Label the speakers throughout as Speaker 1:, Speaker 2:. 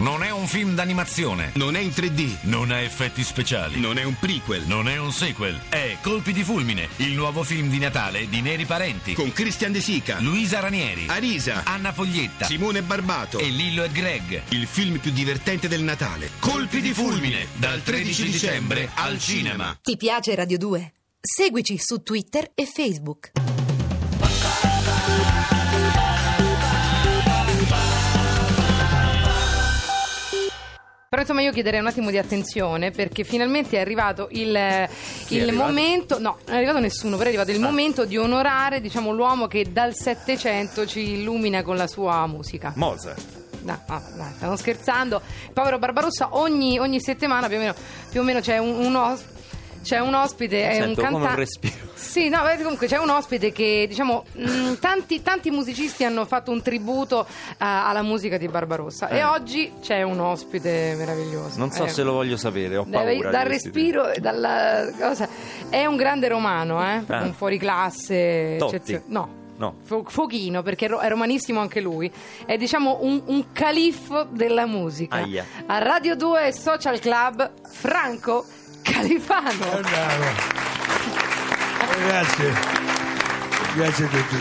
Speaker 1: Non è un film d'animazione.
Speaker 2: Non è in 3D.
Speaker 1: Non ha effetti speciali.
Speaker 2: Non è un prequel.
Speaker 1: Non è un sequel. È Colpi di fulmine, il nuovo film di Natale di Neri Parenti.
Speaker 2: Con Christian De Sica,
Speaker 1: Luisa Ranieri,
Speaker 2: Arisa,
Speaker 1: Anna Foglietta,
Speaker 2: Simone Barbato
Speaker 1: e Lillo e Greg.
Speaker 2: Il film più divertente del Natale.
Speaker 1: Colpi di fulmine, dal 13 dicembre al cinema.
Speaker 3: Ti piace Radio 2? Seguici su Twitter e Facebook.
Speaker 4: Però insomma io chiederei un attimo di attenzione, perché finalmente è arrivato il momento, no, non è arrivato nessuno, però è arrivato il momento di onorare, diciamo, l'uomo che dal Settecento ci illumina con la sua musica.
Speaker 5: Mozart.
Speaker 4: No, stiamo scherzando. Il povero Barbarossa ogni settimana più o meno c'è un ospite, è un
Speaker 5: Sento come un
Speaker 4: cantante.
Speaker 5: respiro.
Speaker 4: Sì, no, comunque c'è un ospite che, diciamo, tanti musicisti hanno fatto un tributo alla musica di Barbarossa e oggi c'è un ospite meraviglioso.
Speaker 5: Non so se lo voglio sapere, ho paura.
Speaker 4: Dal respiro, dalla cosa. È un grande romano, un fuoriclasse.
Speaker 5: Totti.
Speaker 4: No. Fochino, perché è romanissimo anche lui. È, diciamo, un califfo della musica.
Speaker 5: Aia.
Speaker 4: A Radio 2 Social Club, Franco Califano.
Speaker 6: Grazie a tutti.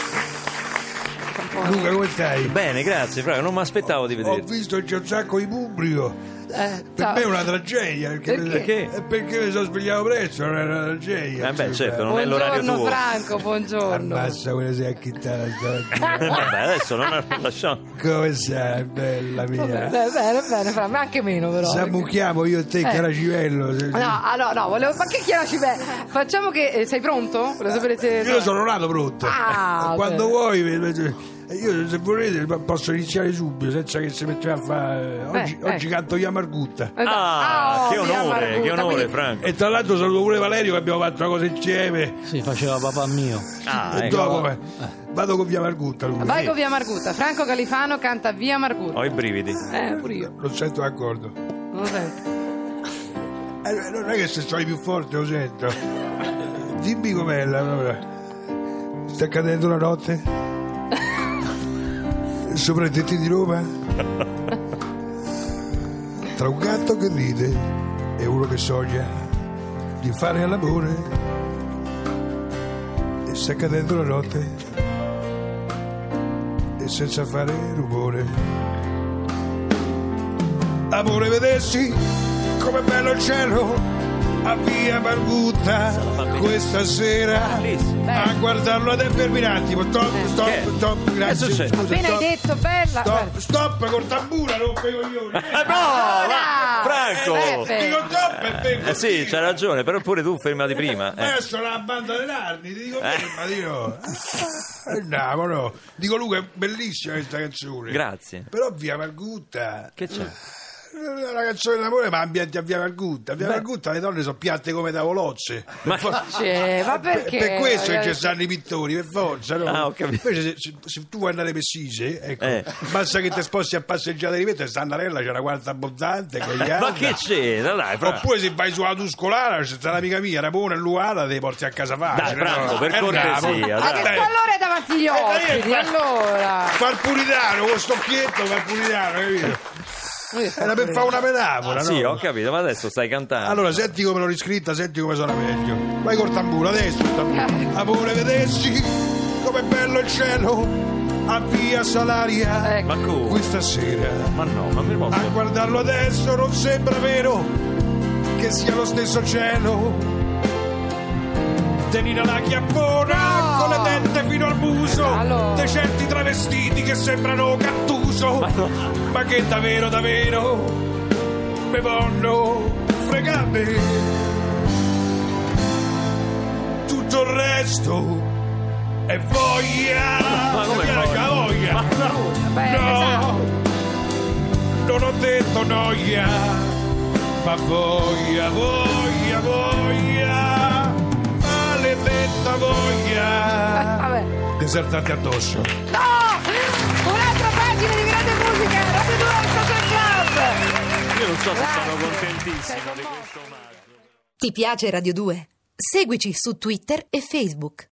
Speaker 6: Luca, come stai?
Speaker 5: Bene, grazie, Franco, non mi aspettavo di
Speaker 6: Ho
Speaker 5: vederti.
Speaker 6: visto che c'è un sacco di pubblico. Per me è una tragedia
Speaker 5: Perché?
Speaker 6: Perché mi sono svegliato presto, non è una tragedia.
Speaker 5: Beh, certo, non è l'orario tuo.
Speaker 4: Buongiorno Franco, buongiorno.
Speaker 6: Ammazza quella sei acchittata.
Speaker 5: Vabbè, adesso non lasciamo.
Speaker 6: Come stai, bella mia?
Speaker 4: Bene, Franco, ma anche meno però.
Speaker 6: S'ammucchiamo io e te, Chiaracivello.
Speaker 4: No, volevo. Ma che Chiaracivello? Facciamo che. Sei pronto? Volevo sapere se.
Speaker 6: Io sono nato pronto. Quando vuoi. Io, se volete, posso iniziare subito senza che si metteva a fare. Oggi canto Via Margutta.
Speaker 5: Che
Speaker 4: Via
Speaker 5: onore,
Speaker 4: Margutta,
Speaker 5: che onore,
Speaker 4: quindi...
Speaker 5: Franco.
Speaker 6: E tra l'altro saluto pure Valerio, che abbiamo fatto una cosa insieme.
Speaker 7: Sì, faceva papà mio.
Speaker 6: E
Speaker 5: Ecco.
Speaker 6: dopo vado con Via Margutta. Luca.
Speaker 4: Vai con Via Margutta. Franco Califano canta Via Margutta.
Speaker 5: Ho i brividi.
Speaker 4: Pure io.
Speaker 6: Non sento d'accordo.
Speaker 4: Non lo sento.
Speaker 6: Non è che se sono più forte lo sento. Dimmi com'è allora. Sta cadendo la notte? Sopra i tetti di Roma? Tra un gatto che ride e uno che sogna di fare all'amore, e sta cadendo la notte e senza fare rumore. Amore, vedessi com'è bello il cielo a Via Margutta questa sera, a guardarlo. Adesso fermi un attimo. Stop, grazie. Scusa,
Speaker 4: Appena hai detto bella.
Speaker 6: Stop col tamburo, rompe i coglioni.
Speaker 5: Franco!
Speaker 6: Dico stop e vengo.
Speaker 5: Sì, c'hai ragione, però pure tu fermati prima.
Speaker 6: Adesso la banda dell'Arni, ti dico fermati, no. Andiamo, no. Dico Luca, è bellissima questa canzone.
Speaker 5: Grazie.
Speaker 6: Però Via Margutta.
Speaker 5: Che c'è?
Speaker 6: Una canzone d'amore, ma ambienti a Via Margutta. A Via Margutta le donne sono piatte come tavolozze.
Speaker 4: Ma perché?
Speaker 6: Per questo che ci stanno i pittori, per forza, no?
Speaker 5: Ho capito.
Speaker 6: Invece se tu vuoi andare per Sise, ecco, basta che ti sposti a passeggiata di vetro e Sandarella c'è una quarta abbondante con gli altri.
Speaker 5: Ma che c'è? Dai, Franco.
Speaker 6: Oppure se vai sulla Tuscolana, c'è sta l'amica mia, Rapone e Luana, te porti a casa facile.
Speaker 5: Dai, Franco, per cortesia.
Speaker 4: Ma che squallore è davanti agli ospiti, allora.
Speaker 6: Far puritano, con stocchietto, far puritano, capito? Era per fare una metafora,
Speaker 5: Sì,
Speaker 6: no?
Speaker 5: ho capito, ma adesso stai cantando.
Speaker 6: Allora, senti come l'ho riscritta, senti come suona meglio. Vai col tamburo, adesso il tamburo. Amore, vedessi com'è bello il cielo a Via Salaria
Speaker 5: Ma come?
Speaker 6: questa sera.
Speaker 5: Ma no, ma mi posso.
Speaker 6: A guardarlo adesso non sembra vero che sia lo stesso cielo. Tenina la chiappona con le dente fino al muso, dei certi travestiti che sembrano Gattuso, ma che davvero me vanno fregare. Tutto il resto è voglia.
Speaker 5: Ma come
Speaker 6: voglia? No, non ho detto noia, ma voglia. Maledetta voglia. Desertarti addosso.
Speaker 4: No! Un'altra pagina di grande musica, Radio 2 Social Club.
Speaker 5: Io non so se sono contentissimo di questo omaggio.
Speaker 3: Ti piace Radio 2? Seguici su Twitter e Facebook.